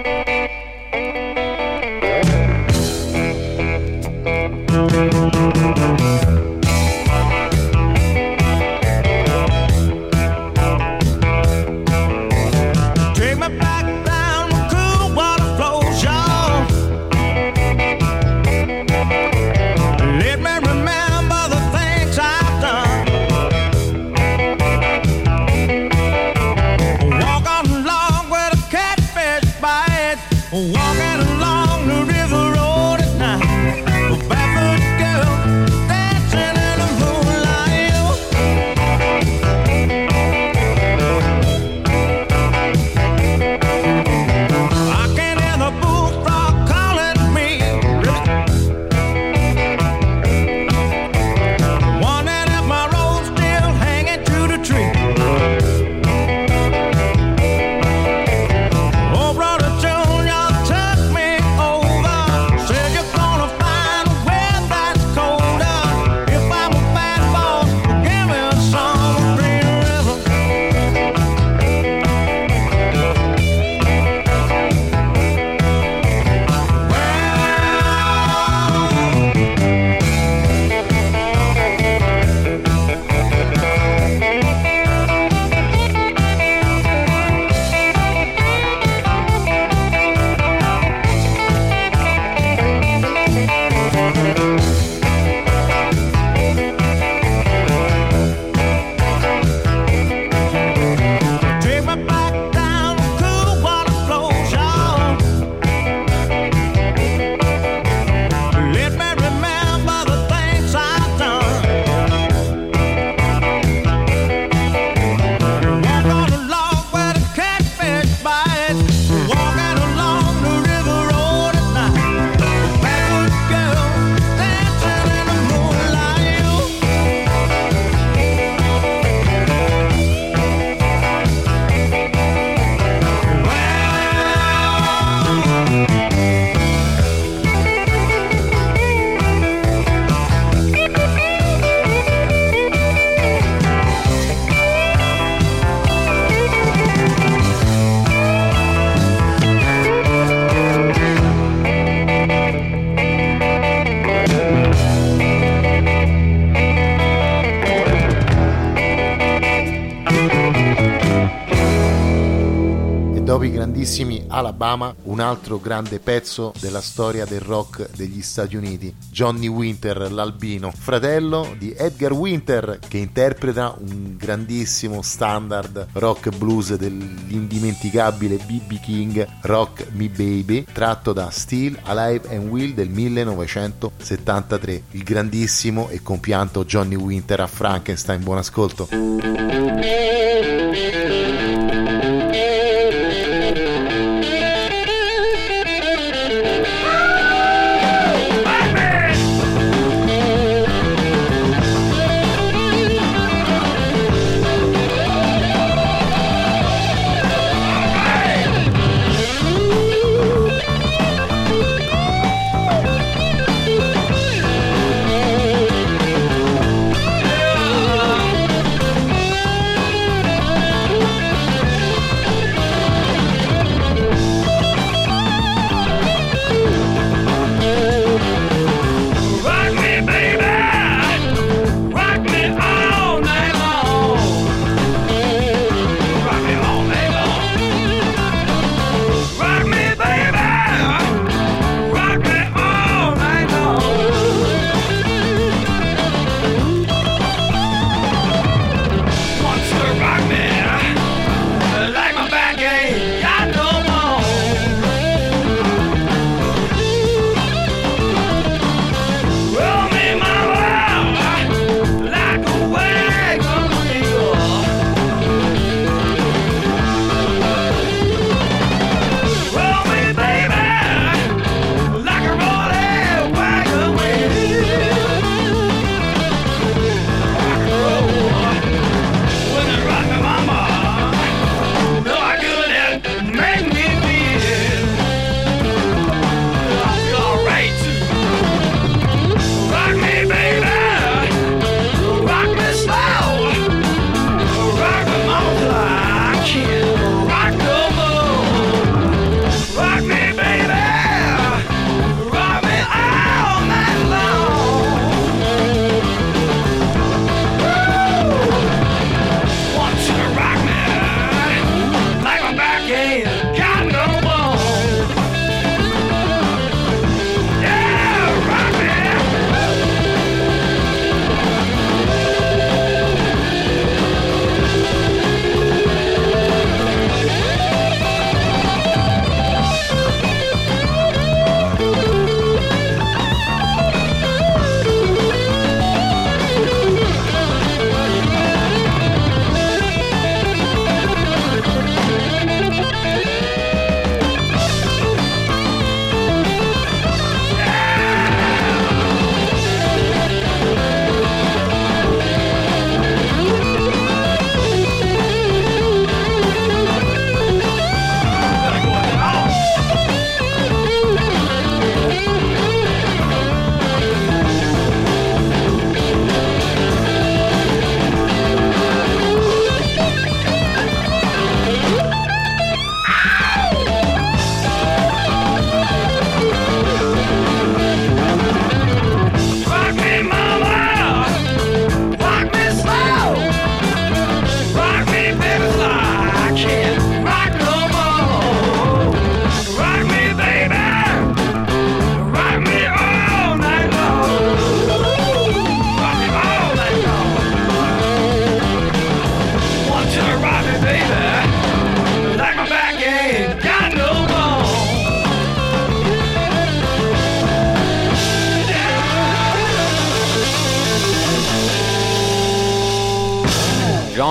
Alabama, un altro grande pezzo della storia del rock degli Stati Uniti, Johnny Winter, l'albino, fratello di Edgar Winter, che interpreta un grandissimo standard rock blues dell'indimenticabile B B King, Rock Me Baby, tratto da Still Alive and Will del millenovecentosettantatré. Il grandissimo e compianto Johnny Winter a Frankenstein. Buon ascolto.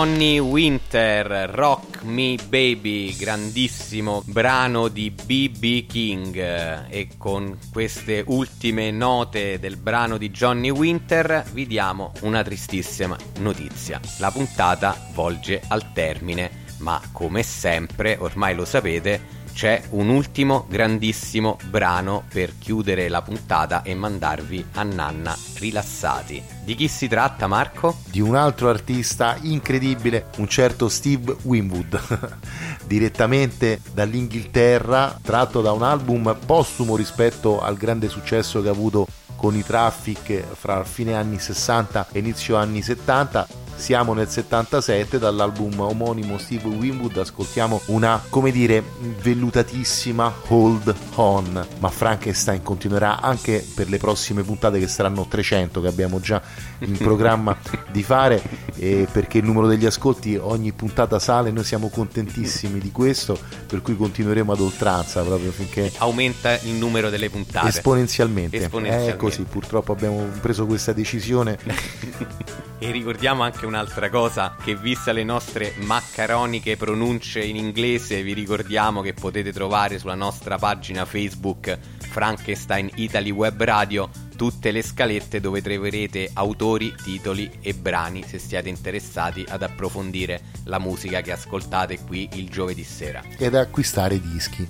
Johnny Winter, Rock Me Baby, grandissimo brano di B B King. E con queste ultime note del brano di Johnny Winter vi diamo una tristissima notizia: la puntata volge al termine, ma come sempre, ormai lo sapete, c'è un ultimo grandissimo brano per chiudere la puntata e mandarvi a nanna rilassati. Di chi si tratta, Marco? Di un altro artista incredibile, un certo Steve Winwood, direttamente dall'Inghilterra, tratto da un album postumo rispetto al grande successo che ha avuto con i Traffic fra fine anni sessanta e inizio anni settanta. Siamo nel settantasette, dall'album omonimo Steve Winwood ascoltiamo una, come dire, vellutatissima Hold On, ma Frankenstein continuerà anche per le prossime puntate, che saranno trecento, che abbiamo già in programma di fare, e perché il numero degli ascolti ogni puntata sale, noi siamo contentissimi di questo, per cui continueremo ad oltranza proprio finché aumenta il numero delle puntate esponenzialmente, esponenzialmente. È così, purtroppo abbiamo preso questa decisione. E ricordiamo anche un'altra cosa, che vista le nostre maccaroniche pronunce in inglese, vi ricordiamo che potete trovare sulla nostra pagina Facebook Frankenstein Italy Web Radio tutte le scalette dove troverete autori, titoli e brani, se siete interessati ad approfondire la musica che ascoltate qui il giovedì sera. Ed acquistare dischi.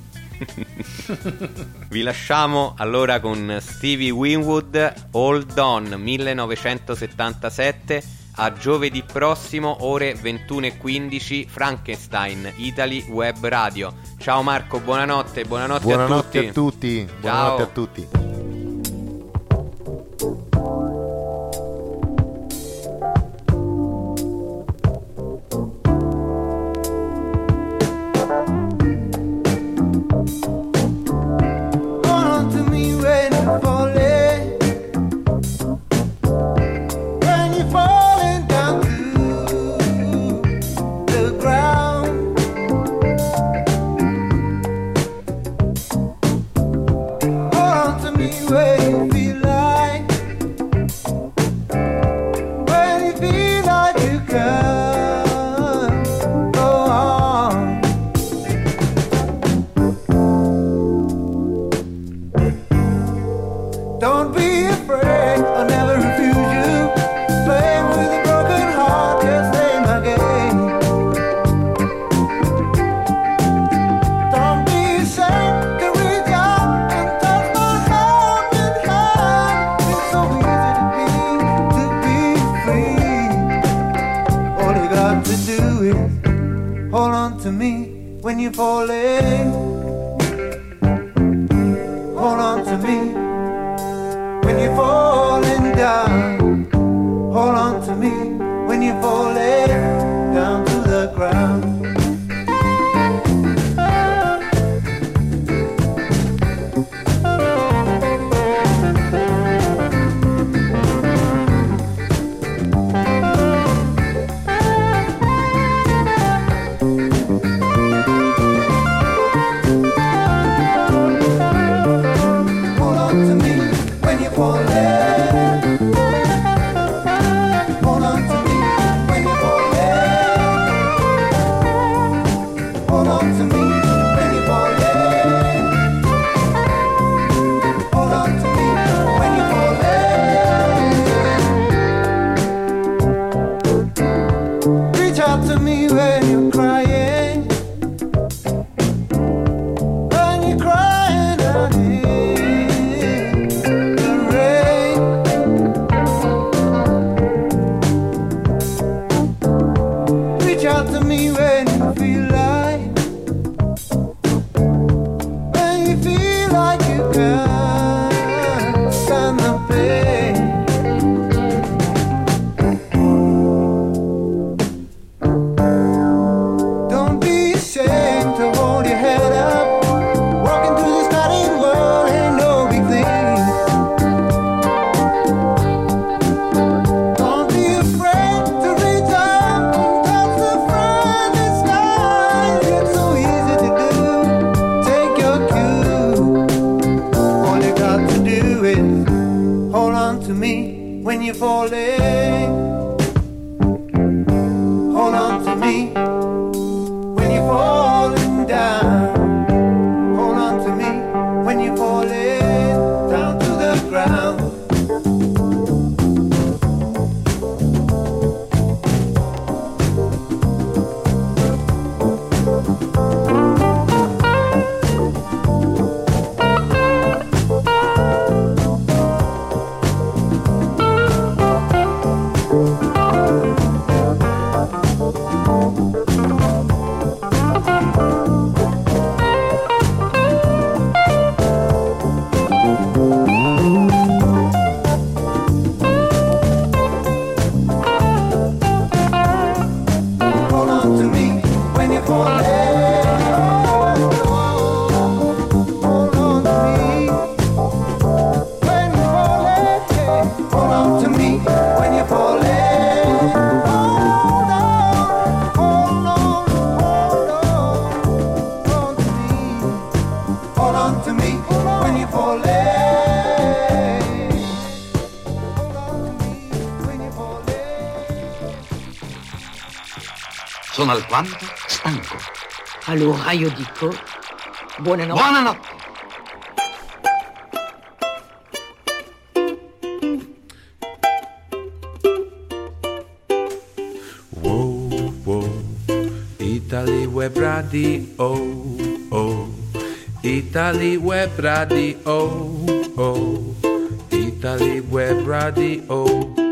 Vi lasciamo allora con Stevie Winwood, Hold On millenovecentosettantasette. A giovedì prossimo, ore ventuno e quindici, Frankenstein Italy Web Radio. Ciao Marco, buonanotte, buonanotte, buonanotte a tutti. a tutti. Buonanotte a tutti. to me when you're falling. Hold on falling down to the ground. Sono alquanto stanco. Allora io dico buonanotte. Buonanotte. Wow, wow, Italy Web Radio, oh, oh, Italy Web Radio, oh, oh, Italy Web Radio, oh.